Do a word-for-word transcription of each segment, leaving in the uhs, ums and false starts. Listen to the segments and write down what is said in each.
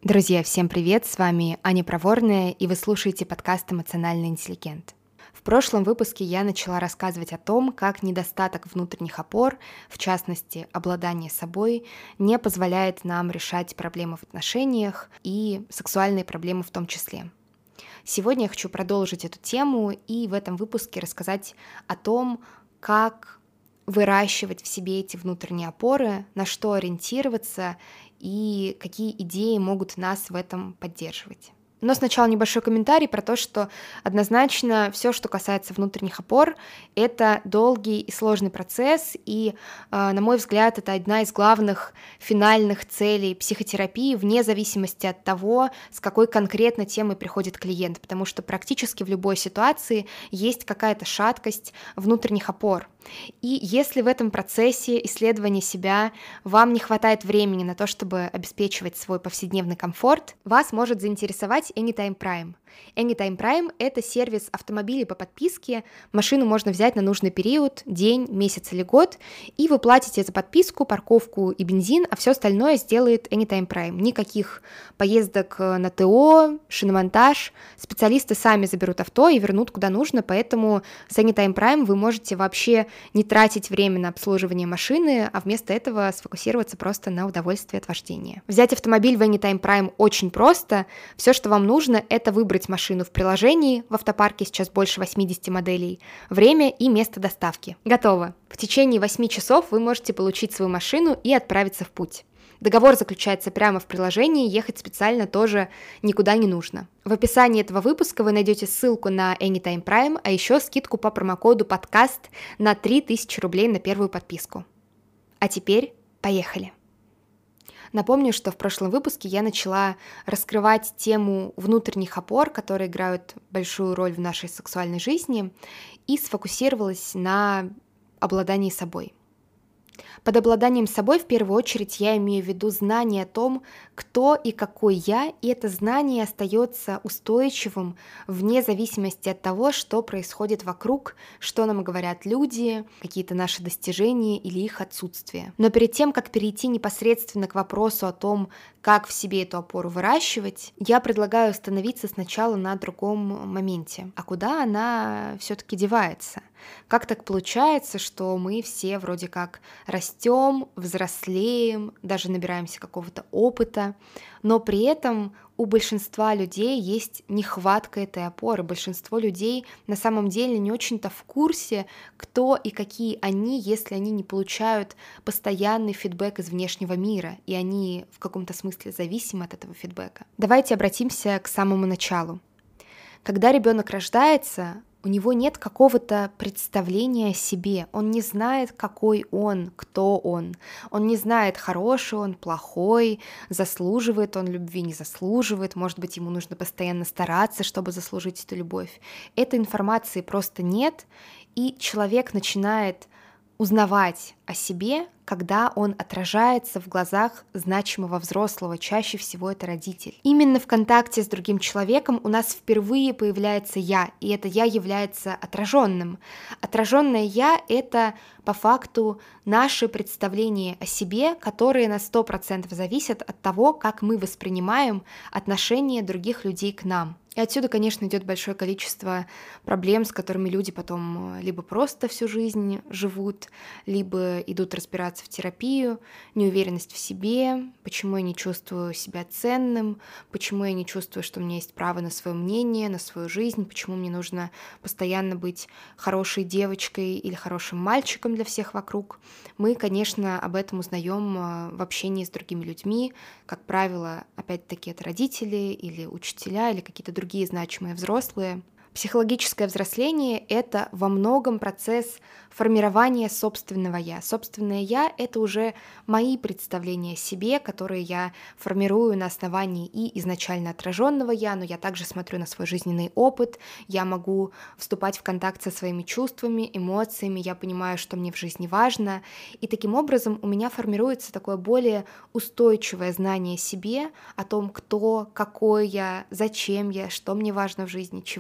Друзья, всем привет! С вами Аня Проворная, и вы слушаете подкаст «Эмоциональный интеллигент». В прошлом выпуске я начала рассказывать о том, как недостаток внутренних опор, в частности, обладание собой, не позволяет нам решать проблемы в отношениях и сексуальные проблемы в том числе. Сегодня я хочу продолжить эту тему и в этом выпуске рассказать о том, как выращивать в себе эти внутренние опоры, на что ориентироваться и какие идеи могут нас в этом поддерживать. Но сначала небольшой комментарий про то, что однозначно все, что касается внутренних опор, это долгий и сложный процесс, и, на мой взгляд, это одна из главных финальных целей психотерапии, вне зависимости от того, с какой конкретно темой приходит клиент, потому что практически в любой ситуации есть какая-то шаткость внутренних опор. И если в этом процессе исследования себя вам не хватает времени на то, чтобы обеспечивать свой повседневный комфорт, вас может заинтересовать Anytime Prime. Anytime Prime — это сервис автомобилей по подписке. Машину можно взять на нужный период, день, месяц или год, и вы платите за подписку, парковку и бензин, а все остальное сделает Anytime Prime. Никаких поездок на ТО, шиномонтаж. Специалисты сами заберут авто и вернут куда нужно, поэтому с Anytime Prime вы можете вообще не тратить время на обслуживание машины, а вместо этого сфокусироваться просто на удовольствии от вождения. Взять автомобиль в Anytime Prime очень просто. Все, что вам нужно, это выбрать машину в приложении, в автопарке сейчас больше восемьдесят моделей, время и место доставки. Готово. В течение восьми часов вы можете получить свою машину и отправиться в путь. Договор заключается прямо в приложении, ехать специально тоже никуда не нужно. В описании этого выпуска вы найдете ссылку на Anytime Prime, а еще скидку по промокоду подкаст на три тысячи рублей на первую подписку. А теперь поехали! Напомню, что в прошлом выпуске я начала раскрывать тему внутренних опор, которые играют большую роль в нашей сексуальной жизни, и сфокусировалась на обладании собой. Под обладанием собой в первую очередь я имею в виду знание о том, кто и какой я, и это знание остается устойчивым вне зависимости от того, что происходит вокруг, что нам говорят люди, какие-то наши достижения или их отсутствие. Но перед тем, как перейти непосредственно к вопросу о том, как в себе эту опору выращивать, я предлагаю остановиться сначала на другом моменте. А куда она все-таки девается? Как так получается, что мы все вроде как растем, взрослеем, даже набираемся какого-то опыта, но при этом у большинства людей есть нехватка этой опоры. Большинство людей на самом деле не очень-то в курсе, кто и какие они, если они не получают постоянный фидбэк из внешнего мира, и они в каком-то смысле зависимы от этого фидбэка. Давайте обратимся к самому началу. Когда ребенок рождается, у него нет какого-то представления о себе, он не знает, какой он, кто он, он не знает, хороший он, плохой, заслуживает он любви, не заслуживает, может быть, ему нужно постоянно стараться, чтобы заслужить эту любовь. Этой информации просто нет, и человек начинает узнавать о себе, когда он отражается в глазах значимого взрослого, чаще всего это родитель. Именно в контакте с другим человеком у нас впервые появляется «я», и это «я» является отраженным. Отраженное «я» — это по факту наши представления о себе, которые на сто процентов зависят от того, как мы воспринимаем отношения других людей к нам. И отсюда, конечно, идет большое количество проблем, с которыми люди потом либо просто всю жизнь живут, либо идут разбираться в терапию, неуверенность в себе, почему я не чувствую себя ценным, почему я не чувствую, что у меня есть право на свое мнение, на свою жизнь, почему мне нужно постоянно быть хорошей девочкой или хорошим мальчиком для всех вокруг. Мы, конечно, об этом узнаем в общении с другими людьми, как правило, опять-таки это родители или учителя или какие-то другие значимые взрослые. Психологическое взросление — это во многом процесс формирования собственного «я». Собственное «я» — это уже мои представления о себе, которые я формирую на основании и изначально отраженного «я», но я также смотрю на свой жизненный опыт, я могу вступать в контакт со своими чувствами, эмоциями, я понимаю, что мне в жизни важно, и таким образом у меня формируется такое более устойчивое знание о себе, о том, кто, какой я, зачем я, что мне важно в жизни, чего я хочу,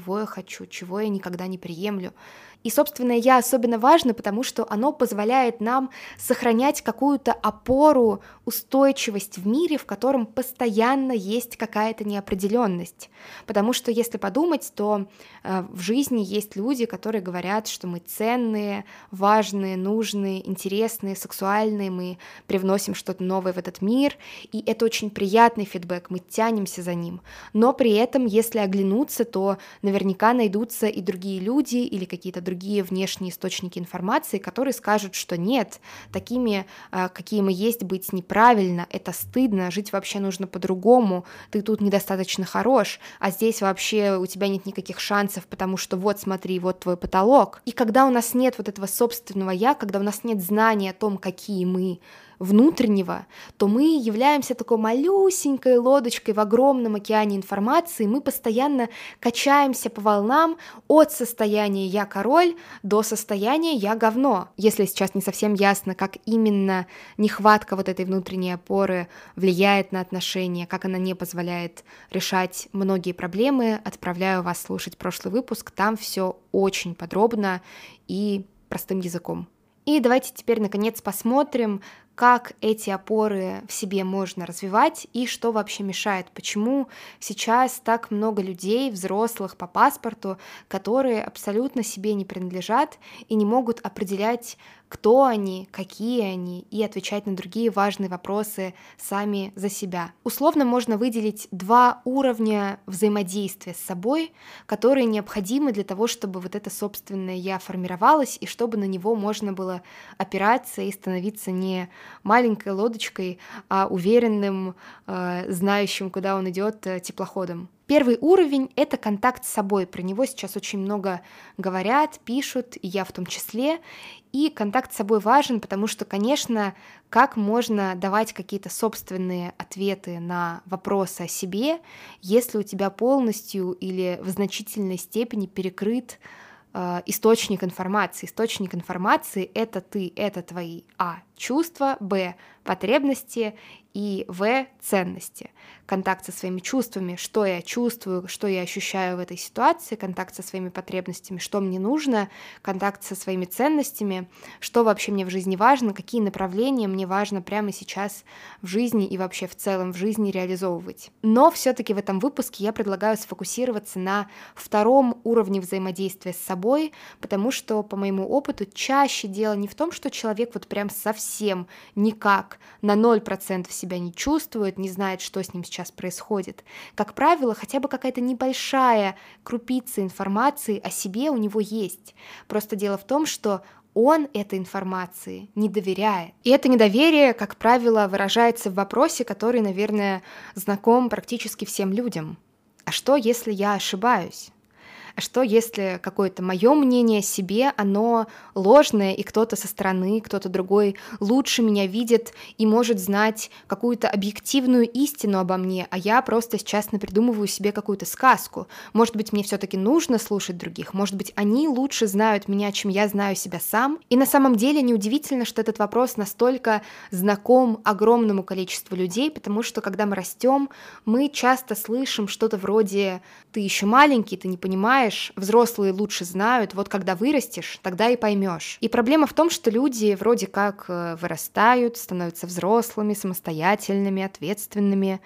хочу, чего я никогда не приемлю. И собственное «я» особенно важно, потому что оно позволяет нам сохранять какую-то опору, устойчивость в мире, в котором постоянно есть какая-то неопределенность. Потому что, если подумать, то э, в жизни есть люди, которые говорят, что мы ценные, важные, нужные, интересные, сексуальные, мы привносим что-то новое в этот мир, и это очень приятный фидбэк, мы тянемся за ним. Но при этом, если оглянуться, то наверняка найдутся и другие люди или какие-то другие внешние источники информации, которые скажут, что нет, такими, какие мы есть, быть неправильно, это стыдно, жить вообще нужно по-другому, ты тут недостаточно хорош, а здесь вообще у тебя нет никаких шансов, потому что вот смотри, вот твой потолок. И когда у нас нет вот этого собственного «я», когда у нас нет знания о том, какие мы, внутреннего, то мы являемся такой малюсенькой лодочкой в огромном океане информации, мы постоянно качаемся по волнам от состояния «я король» до состояния «я говно». Если сейчас не совсем ясно, как именно нехватка вот этой внутренней опоры влияет на отношения, как она не позволяет решать многие проблемы, отправляю вас слушать прошлый выпуск, там все очень подробно и простым языком. И давайте теперь, наконец, посмотрим, как эти опоры в себе можно развивать и что вообще мешает, почему сейчас так много людей, взрослых по паспорту, которые абсолютно себе не принадлежат и не могут определять, кто они, какие они, и отвечать на другие важные вопросы сами за себя. Условно можно выделить два уровня взаимодействия с собой, которые необходимы для того, чтобы вот это собственное «я» формировалось, и чтобы на него можно было опираться и становиться не маленькой лодочкой, а уверенным, э, знающим, куда он идет, э, теплоходом. Первый уровень — это контакт с собой, про него сейчас очень много говорят, пишут, и я в том числе, и контакт с собой важен, потому что, конечно, как можно давать какие-то собственные ответы на вопросы о себе, если у тебя полностью или в значительной степени перекрыт э, источник информации. Источник информации — это ты, это твои а. чувства, б. потребности и в. ценности. Контакт со своими чувствами, что я чувствую, что я ощущаю в этой ситуации, контакт со своими потребностями, что мне нужно, контакт со своими ценностями, что вообще мне в жизни важно, какие направления мне важно прямо сейчас в жизни и вообще в целом в жизни реализовывать. Но все-таки в этом выпуске я предлагаю сфокусироваться на втором уровне взаимодействия с собой, потому что, по моему опыту, чаще дело не в том, что человек вот прям совсем никак на ноль процентов себя не чувствует, не знает, что с ним сейчас происходит. Как правило, хотя бы какая-то небольшая крупица информации о себе у него есть. Просто дело в том, что он этой информации не доверяет. И это недоверие, как правило, выражается в вопросе, который, наверное, знаком практически всем людям. А что, если я ошибаюсь? А что, если какое-то мое мнение о себе, оно ложное, и кто-то со стороны, кто-то другой лучше меня видит и может знать какую-то объективную истину обо мне, а я просто сейчас напридумываю себе какую-то сказку. Может быть, мне все-таки нужно слушать других, может быть, они лучше знают меня, чем я знаю себя сам. И на самом деле неудивительно, что этот вопрос настолько знаком огромному количеству людей, потому что, когда мы растем, мы часто слышим что-то вроде «ты еще маленький, ты не понимаешь», взрослые лучше знают, вот когда вырастешь, тогда и поймешь. И проблема в том, что люди вроде как вырастают, становятся взрослыми, самостоятельными, ответственными,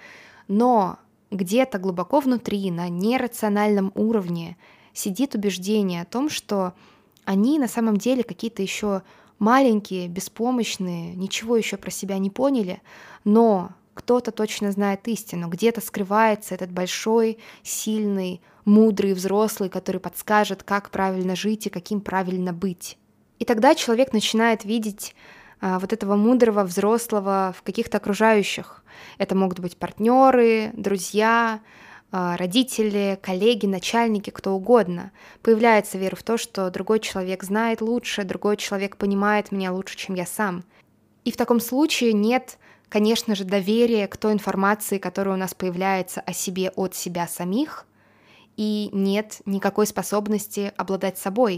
но где-то глубоко внутри, на нерациональном уровне, сидит убеждение о том, что они на самом деле какие-то еще маленькие, беспомощные, ничего еще про себя не поняли, но кто-то точно знает истину, где-то скрывается этот большой, сильный, мудрый взрослый, который подскажет, как правильно жить и каким правильно быть. И тогда человек начинает видеть а, вот этого мудрого взрослого в каких-то окружающих. Это могут быть партнеры, друзья, а, родители, коллеги, начальники, кто угодно. Появляется вера в то, что другой человек знает лучше, другой человек понимает меня лучше, чем я сам. И в таком случае нет, конечно же, доверия к той информации, которая у нас появляется о себе от себя самих, и нет никакой способности обладать собой.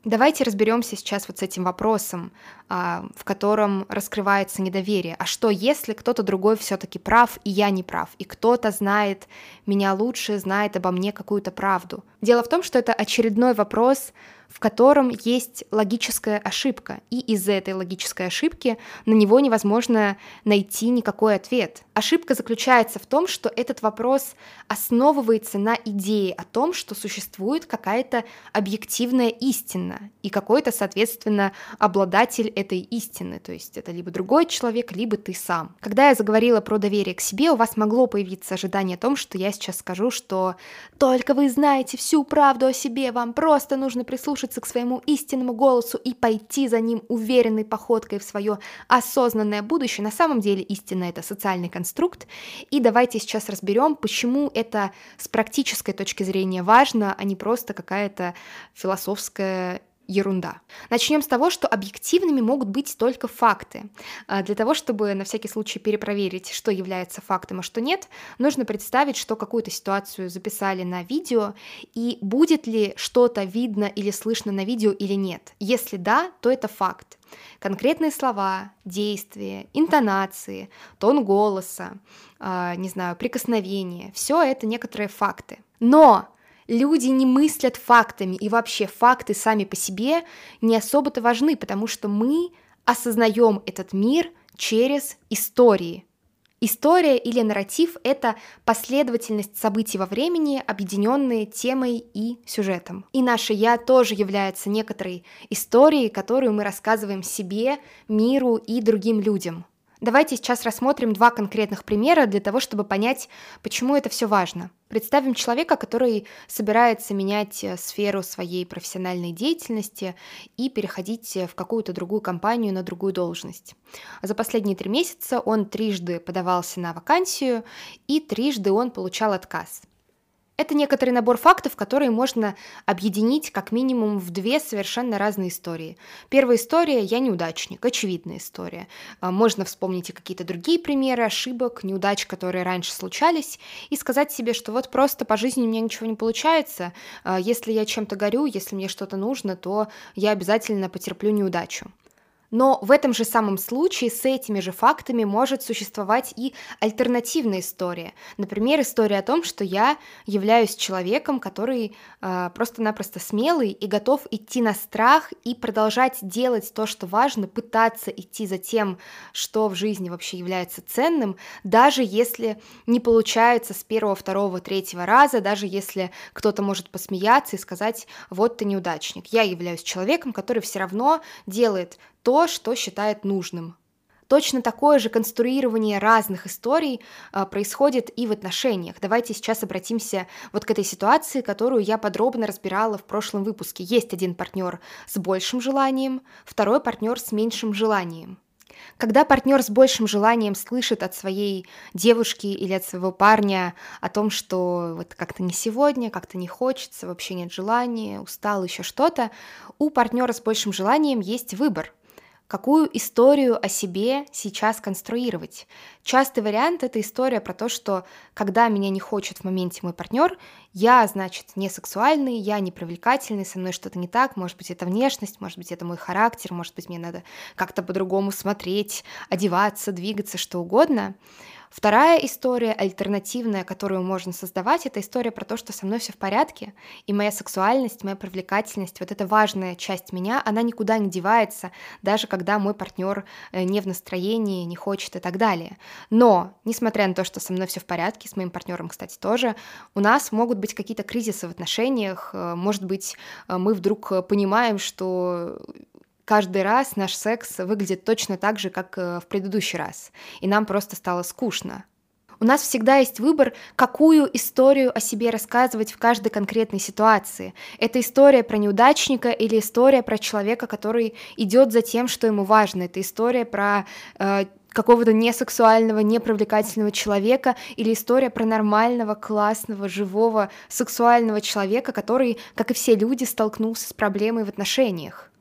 Давайте разберемся сейчас вот с этим вопросом, а, в котором раскрывается недоверие. А что, если кто-то другой все-таки прав, и я не прав, и кто-то знает меня лучше, знает обо мне какую-то правду? Дело в том, что это очередной вопрос, в котором есть логическая ошибка, и из-за этой логической ошибки на него невозможно найти никакой ответ. Ошибка заключается в том, что этот вопрос основывается на идее о том, что существует какая-то объективная истина и какой-то, соответственно, обладатель этой истины, то есть это либо другой человек, либо ты сам. Когда я заговорила про доверие к себе, у вас могло появиться ожидание о том, что я сейчас скажу, что только вы знаете всю правду о себе, вам просто нужно прислушаться к своему истинному голосу и пойти за ним уверенной походкой в свое осознанное будущее. На самом деле истина — это социальный конструкт, и давайте сейчас разберем, почему это с практической точки зрения важно, а не просто какая-то философская ерунда. Начнем с того, что объективными могут быть только факты. Для того, чтобы на всякий случай перепроверить, что является фактом, а что нет, нужно представить, что какую-то ситуацию записали на видео, и будет ли что-то видно или слышно на видео или нет. Если да, то это факт. Конкретные слова, действия, интонации, тон голоса, не знаю, прикосновения — все это некоторые факты. Но люди не мыслят фактами, и вообще факты сами по себе не особо-то важны, потому что мы осознаем этот мир через истории. История или нарратив — это последовательность событий во времени, объединенные темой и сюжетом. И наше «я» тоже является некоторой историей, которую мы рассказываем себе, миру и другим людям. Давайте сейчас рассмотрим два конкретных примера для того, чтобы понять, почему это все важно. Представим человека, который собирается менять сферу своей профессиональной деятельности и переходить в какую-то другую компанию на другую должность. За последние три месяца он трижды подавался на вакансию, и трижды он получал отказ. Это некоторый набор фактов, которые можно объединить как минимум в две совершенно разные истории. Первая история — я неудачник, очевидная история. Можно вспомнить и какие-то другие примеры ошибок, неудач, которые раньше случались, и сказать себе, что вот просто по жизни у меня ничего не получается, если я чем-то горю, если мне что-то нужно, то я обязательно потерплю неудачу. Но в этом же самом случае с этими же фактами может существовать и альтернативная история. Например, история о том, что я являюсь человеком, который э, просто-напросто смелый и готов идти на страх и продолжать делать то, что важно, пытаться идти за тем, что в жизни вообще является ценным, даже если не получается с первого, второго, третьего раза, даже если кто-то может посмеяться и сказать: вот ты неудачник. Я являюсь человеком, который все равно делает то, что считает нужным. Точно такое же конструирование разных историй а, происходит и в отношениях. Давайте сейчас обратимся вот к этой ситуации, которую я подробно разбирала в прошлом выпуске. Есть один партнер с большим желанием, второй партнер с меньшим желанием. Когда партнер с большим желанием слышит от своей девушки или от своего парня о том, что вот как-то не сегодня, как-то не хочется, вообще нет желания, устал, еще что-то, у партнера с большим желанием есть выбор. Какую историю о себе сейчас конструировать? Частый вариант — это история про то, что когда меня не хочет в моменте мой партнер, я, значит, не сексуальный, я не привлекательный, со мной что-то не так, может быть, это внешность, может быть, это мой характер, может быть, мне надо как-то по-другому смотреть, одеваться, двигаться, что угодно. Вторая история, альтернативная, которую можно создавать, это история про то, что со мной все в порядке, и моя сексуальность, моя привлекательность, вот эта важная часть меня, она никуда не девается, даже когда мой партнер не в настроении, не хочет и так далее. Но, несмотря на то, что со мной все в порядке, с моим партнером, кстати, тоже, у нас могут быть какие-то кризисы в отношениях, может быть, мы вдруг понимаем, что каждый раз наш секс выглядит точно так же, как в предыдущий раз, и нам просто стало скучно. У нас всегда есть выбор, какую историю о себе рассказывать в каждой конкретной ситуации. Это история про неудачника или история про человека, который идет за тем, что ему важно. Это история про э, какого-то несексуального, непривлекательного человека или история про нормального, классного, живого, сексуального человека, который, как и все люди, столкнулся с проблемой в отношениях.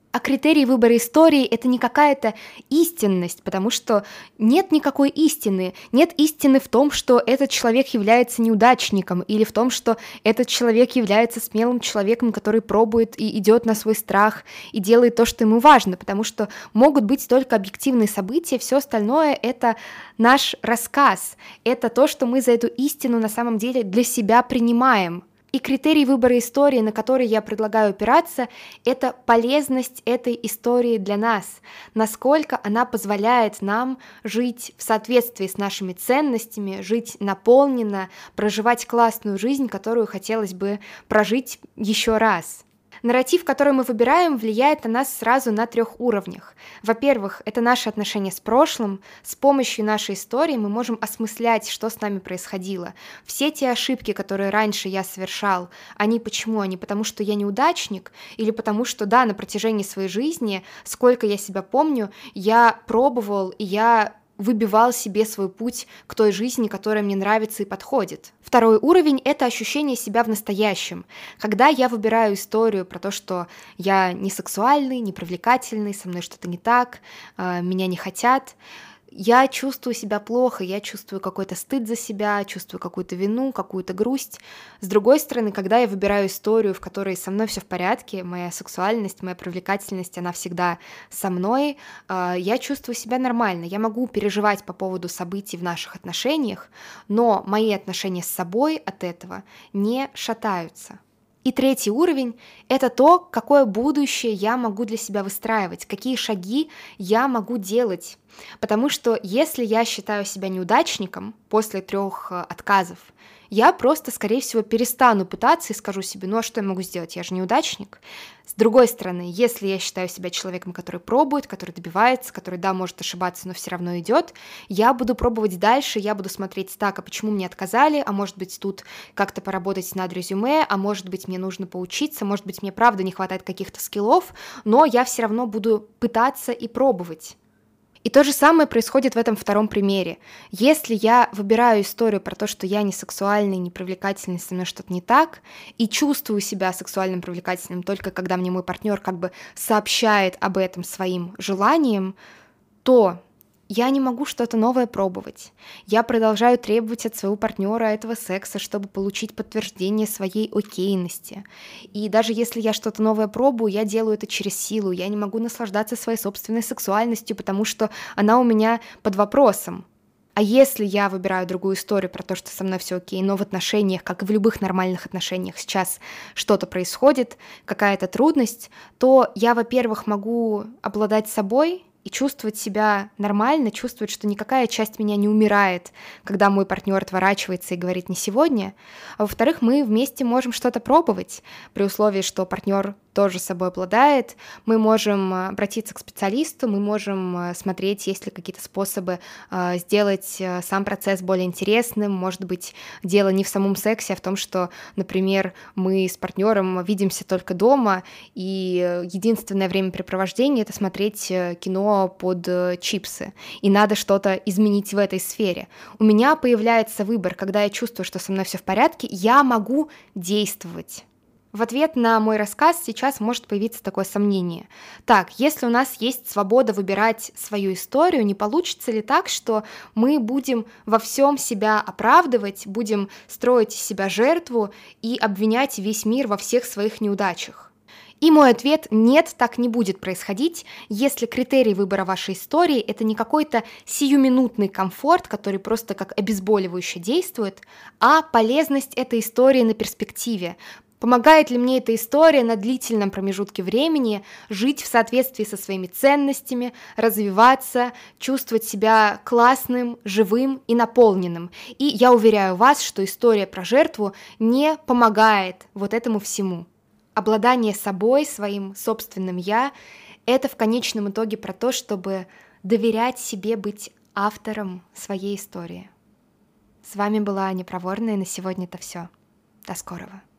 А критерий выбора истории — это не какая-то истинность, потому что нет никакой истины. Нет истины в том, что этот человек является неудачником, или в том, что этот человек является смелым человеком, который пробует и идет на свой страх и делает то, что ему важно, потому что могут быть только объективные события, все остальное — это наш рассказ, это то, что мы за эту истину на самом деле для себя принимаем. И критерий выбора истории, на который я предлагаю опираться, это полезность этой истории для нас, насколько она позволяет нам жить в соответствии с нашими ценностями, жить наполненно, проживать классную жизнь, которую хотелось бы прожить еще раз. Нарратив, который мы выбираем, влияет на нас сразу на трех уровнях. Во-первых, это наши отношения с прошлым. С помощью нашей истории мы можем осмыслять, что с нами происходило. Все те ошибки, которые раньше я совершал, они почему? Они потому, что я неудачник? Или потому, что, да, на протяжении своей жизни, сколько я себя помню, я пробовал, и я выбивал себе свой путь к той жизни, которая мне нравится и подходит. Второй уровень — это ощущение себя в настоящем. Когда я выбираю историю про то, что я не сексуальный, не привлекательный, со мной что-то не так, меня не хотят, я чувствую себя плохо, я чувствую какой-то стыд за себя, чувствую какую-то вину, какую-то грусть. С другой стороны, когда я выбираю историю, в которой со мной все в порядке, моя сексуальность, моя привлекательность, она всегда со мной, я чувствую себя нормально. Я могу переживать по поводу событий в наших отношениях, но мои отношения с собой от этого не шатаются. И третий уровень — это то, какое будущее я могу для себя выстраивать, какие шаги я могу делать. Потому что если я считаю себя неудачником после трех отказов, я просто, скорее всего, перестану пытаться и скажу себе, ну а что я могу сделать, я же неудачник. С другой стороны, если я считаю себя человеком, который пробует, который добивается, который, да, может ошибаться, но все равно идет, я буду пробовать дальше, я буду смотреть, так, а почему мне отказали, а может быть тут как-то поработать над резюме, а может быть мне нужно поучиться, может быть мне правда не хватает каких-то скиллов, но я все равно буду пытаться и пробовать. И то же самое происходит в этом втором примере. Если я выбираю историю про то, что я не сексуальный, не привлекательный, со мной что-то не так, и чувствую себя сексуальным, привлекательным только когда мне мой партнер как бы сообщает об этом своим желанием, то я не могу что-то новое пробовать. Я продолжаю требовать от своего партнера этого секса, чтобы получить подтверждение своей окейности. И даже если я что-то новое пробую, я делаю это через силу. Я не могу наслаждаться своей собственной сексуальностью, потому что она у меня под вопросом. А если я выбираю другую историю про то, что со мной все окей, но в отношениях, как и в любых нормальных отношениях, сейчас что-то происходит, какая-то трудность, то я, во-первых, могу обладать собой и чувствовать себя нормально, чувствовать, что никакая часть меня не умирает, когда мой партнер отворачивается и говорит «не сегодня». А во-вторых, мы вместе можем что-то пробовать, при условии, что партнер тоже собой обладает. Мы можем обратиться к специалисту, мы можем смотреть, есть ли какие-то способы сделать сам процесс более интересным. Может быть, дело не в самом сексе, а в том, что, например, мы с партнером видимся только дома, и единственное времяпрепровождение — это смотреть кино под чипсы, и надо что-то изменить в этой сфере. У меня появляется выбор, когда я чувствую, что со мной все в порядке, я могу действовать. В ответ на мой рассказ сейчас может появиться такое сомнение. Так, если у нас есть свобода выбирать свою историю, не получится ли так, что мы будем во всем себя оправдывать, будем строить из себя жертву и обвинять весь мир во всех своих неудачах? И мой ответ – нет, так не будет происходить, если критерий выбора вашей истории – это не какой-то сиюминутный комфорт, который просто как обезболивающе действует, а полезность этой истории на перспективе. Помогает ли мне эта история на длительном промежутке времени жить в соответствии со своими ценностями, развиваться, чувствовать себя классным, живым и наполненным? И я уверяю вас, что история про жертву не помогает вот этому всему. Обладание собой, своим собственным «я» — это в конечном итоге про то, чтобы доверять себе быть автором своей истории. С вами была Аня Проворная, и на сегодня это все. До скорого.